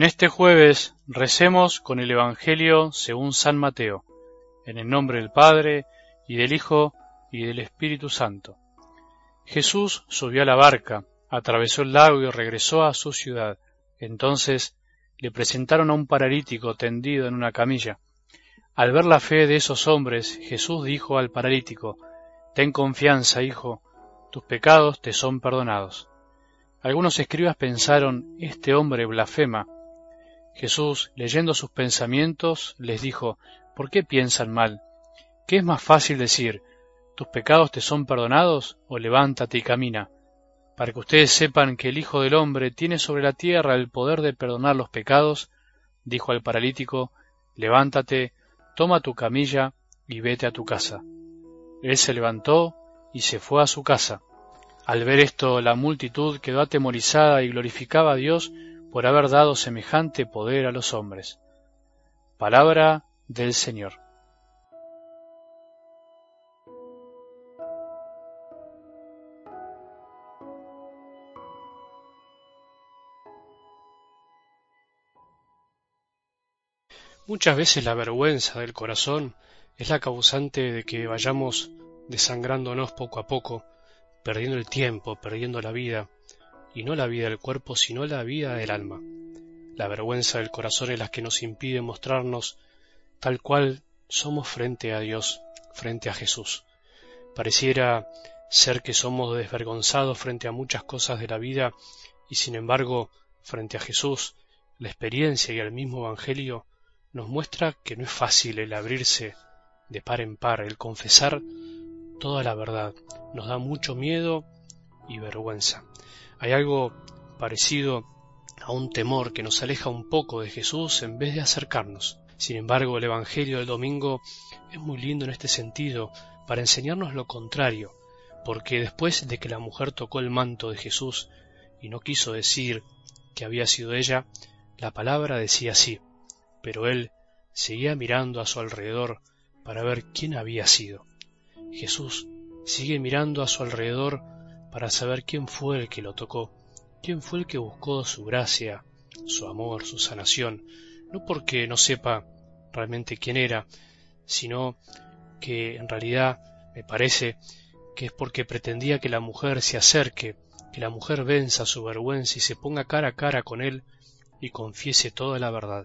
En este jueves recemos con el Evangelio según San Mateo, en el nombre del Padre, y del Hijo, y del Espíritu Santo. Jesús subió a la barca, atravesó el lago y regresó a su ciudad. Entonces le presentaron a un paralítico tendido en una camilla. Al ver la fe de esos hombres, Jesús dijo al paralítico: «Ten confianza, hijo, tus pecados te son perdonados». Algunos escribas pensaron: «Este hombre blasfema». Jesús, leyendo sus pensamientos, les dijo: «¿Por qué piensan mal? ¿Qué es más fácil decir: tus pecados te son perdonados, o levántate y camina? Para que ustedes sepan que el Hijo del Hombre tiene sobre la tierra el poder de perdonar los pecados», dijo al paralítico: «Levántate, toma tu camilla y vete a tu casa». Él se levantó y se fue a su casa. Al ver esto, la multitud quedó atemorizada y glorificaba a Dios por haber dado semejante poder a los hombres. Palabra del Señor. Muchas veces la vergüenza del corazón es la causante de que vayamos desangrándonos poco a poco, perdiendo el tiempo, perdiendo la vida, y no la vida del cuerpo, sino la vida del alma. La vergüenza del corazón es la que nos impide mostrarnos tal cual somos frente a Dios, frente a Jesús. Pareciera ser que somos desvergonzados frente a muchas cosas de la vida, y sin embargo, frente a Jesús, la experiencia y el mismo Evangelio nos muestra que no es fácil el abrirse de par en par, el confesar toda la verdad. Nos da mucho miedo y vergüenza. Hay algo parecido a un temor que nos aleja un poco de Jesús en vez de acercarnos. Sin embargo, el Evangelio del domingo es muy lindo en este sentido, para enseñarnos lo contrario, porque después de que la mujer tocó el manto de Jesús y no quiso decir que había sido ella, la palabra decía así, pero él seguía mirando a su alrededor para ver quién había sido. Jesús sigue mirando a su alrededor para saber quién fue el que lo tocó, quién fue el que buscó su gracia, su amor, su sanación, no porque no sepa realmente quién era, sino que en realidad me parece que es porque pretendía que la mujer se acerque, que la mujer venza su vergüenza y se ponga cara a cara con él y confiese toda la verdad.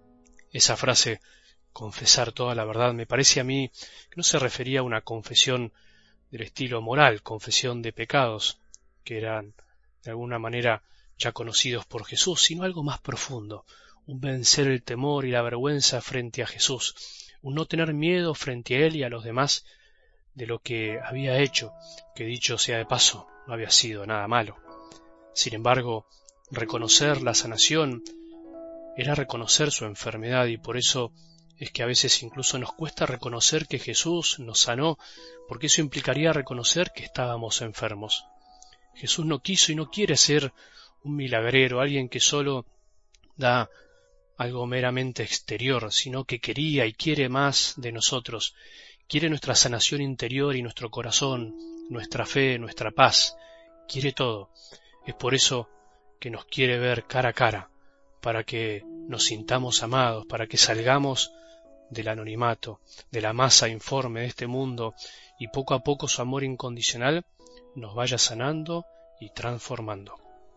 Esa frase, confesar toda la verdad, me parece a mí que no se refería a una confesión del estilo moral, confesión de pecados, que eran de alguna manera ya conocidos por Jesús, sino algo más profundo, un vencer el temor y la vergüenza frente a Jesús, un no tener miedo frente a Él y a los demás de lo que había hecho, que dicho sea de paso, no había sido nada malo. Sin embargo, reconocer la sanación era reconocer su enfermedad, y por eso es que a veces incluso nos cuesta reconocer que Jesús nos sanó, porque eso implicaría reconocer que estábamos enfermos. Jesús no quiso y no quiere ser un milagrero, alguien que solo da algo meramente exterior, sino que quería y quiere más de nosotros. Quiere nuestra sanación interior y nuestro corazón, nuestra fe, nuestra paz. Quiere todo. Es por eso que nos quiere ver cara a cara, para que nos sintamos amados, para que salgamos del anonimato, de la masa informe de este mundo, y poco a poco su amor incondicional nos vaya sanando y transformando.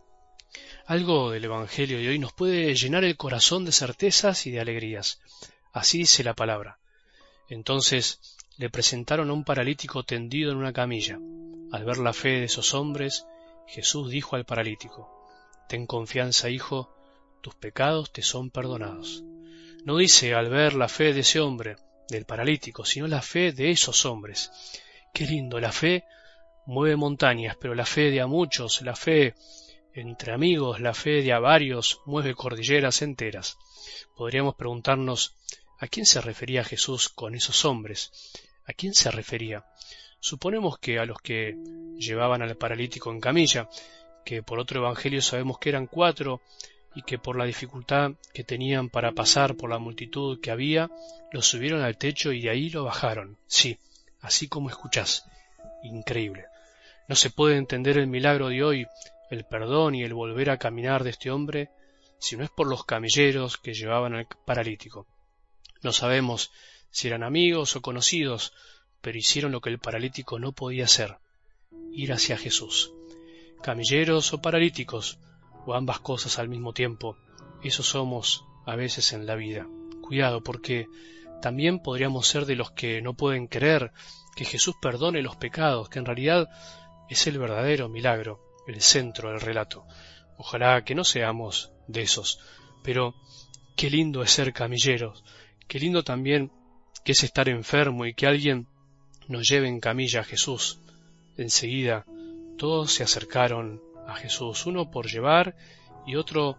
Algo del Evangelio de hoy nos puede llenar el corazón de certezas y de alegrías. Así dice la palabra. Entonces le presentaron a un paralítico tendido en una camilla. Al ver la fe de esos hombres, Jesús dijo al paralítico: «Ten confianza, hijo, tus pecados te son perdonados». No dice al ver la fe de ese hombre, del paralítico, sino la fe de esos hombres. Qué lindo, la fe mueve montañas, pero la fe de a muchos, la fe entre amigos, la fe de a varios mueve cordilleras enteras. Podríamos preguntarnos, ¿a quién se refería Jesús con esos hombres? ¿A quién se refería? Suponemos que a los que llevaban al paralítico en camilla, que por otro evangelio sabemos que eran 4, y que por la dificultad que tenían para pasar por la multitud que había, lo subieron al techo y de ahí lo bajaron. Sí, así como escuchás. Increíble. No se puede entender el milagro de hoy, el perdón y el volver a caminar de este hombre, sino es por los camilleros que llevaban al paralítico. No sabemos si eran amigos o conocidos, pero hicieron lo que el paralítico no podía hacer, ir hacia Jesús. Camilleros o paralíticos, o ambas cosas al mismo tiempo, eso somos a veces en la vida. Cuidado, porque también podríamos ser de los que no pueden creer que Jesús perdone los pecados, que en realidad es el verdadero milagro, el centro del relato. Ojalá que no seamos de esos, pero qué lindo es ser camilleros, qué lindo también que es estar enfermo y que alguien nos lleve en camilla a Jesús. Enseguida todos se acercaron a Jesús, uno por llevar y otro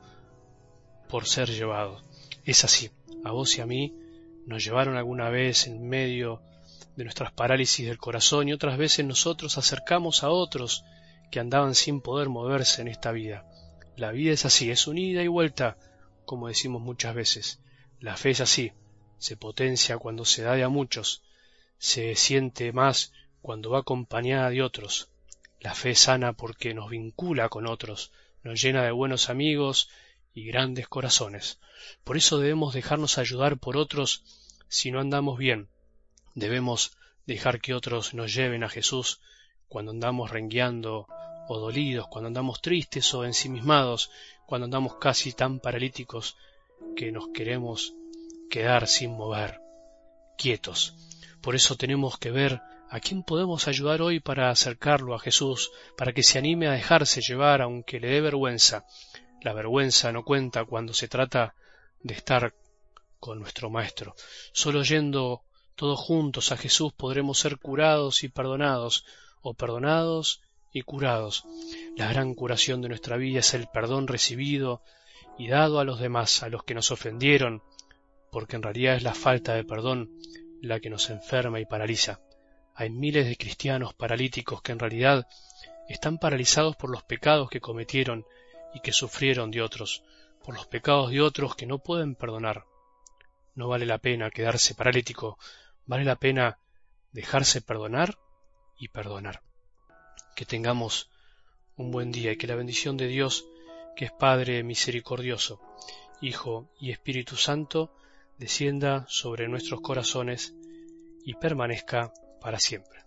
por ser llevado. Es así, a vos y a mí nos llevaron alguna vez en medio de nuestras parálisis del corazón y otras veces nosotros acercamos a otros que andaban sin poder moverse en esta vida. La vida es así, es un ida y vuelta, como decimos muchas veces. La fe es así, se potencia cuando se da de a muchos, se siente más cuando va acompañada de otros. La fe es sana porque nos vincula con otros, nos llena de buenos amigos y grandes corazones. Por eso debemos dejarnos ayudar por otros si no andamos bien. Debemos dejar que otros nos lleven a Jesús cuando andamos rengueando o dolidos, cuando andamos tristes o ensimismados, cuando andamos casi tan paralíticos que nos queremos quedar sin mover, quietos. Por eso tenemos que ver a quién podemos ayudar hoy para acercarlo a Jesús, para que se anime a dejarse llevar aunque le dé vergüenza. La vergüenza no cuenta cuando se trata de estar con nuestro Maestro. Solo yendo todos juntos a Jesús podremos ser curados y perdonados, o perdonados y curados. La gran curación de nuestra vida es el perdón recibido y dado a los demás, a los que nos ofendieron, porque en realidad es la falta de perdón la que nos enferma y paraliza. Hay miles de cristianos paralíticos que en realidad están paralizados por los pecados que cometieron y que sufrieron de otros, por los pecados de otros que no pueden perdonar. No vale la pena quedarse paralítico, vale la pena dejarse perdonar y perdonar. Que tengamos un buen día y que la bendición de Dios, que es Padre misericordioso, Hijo y Espíritu Santo, descienda sobre nuestros corazones y permanezca para siempre.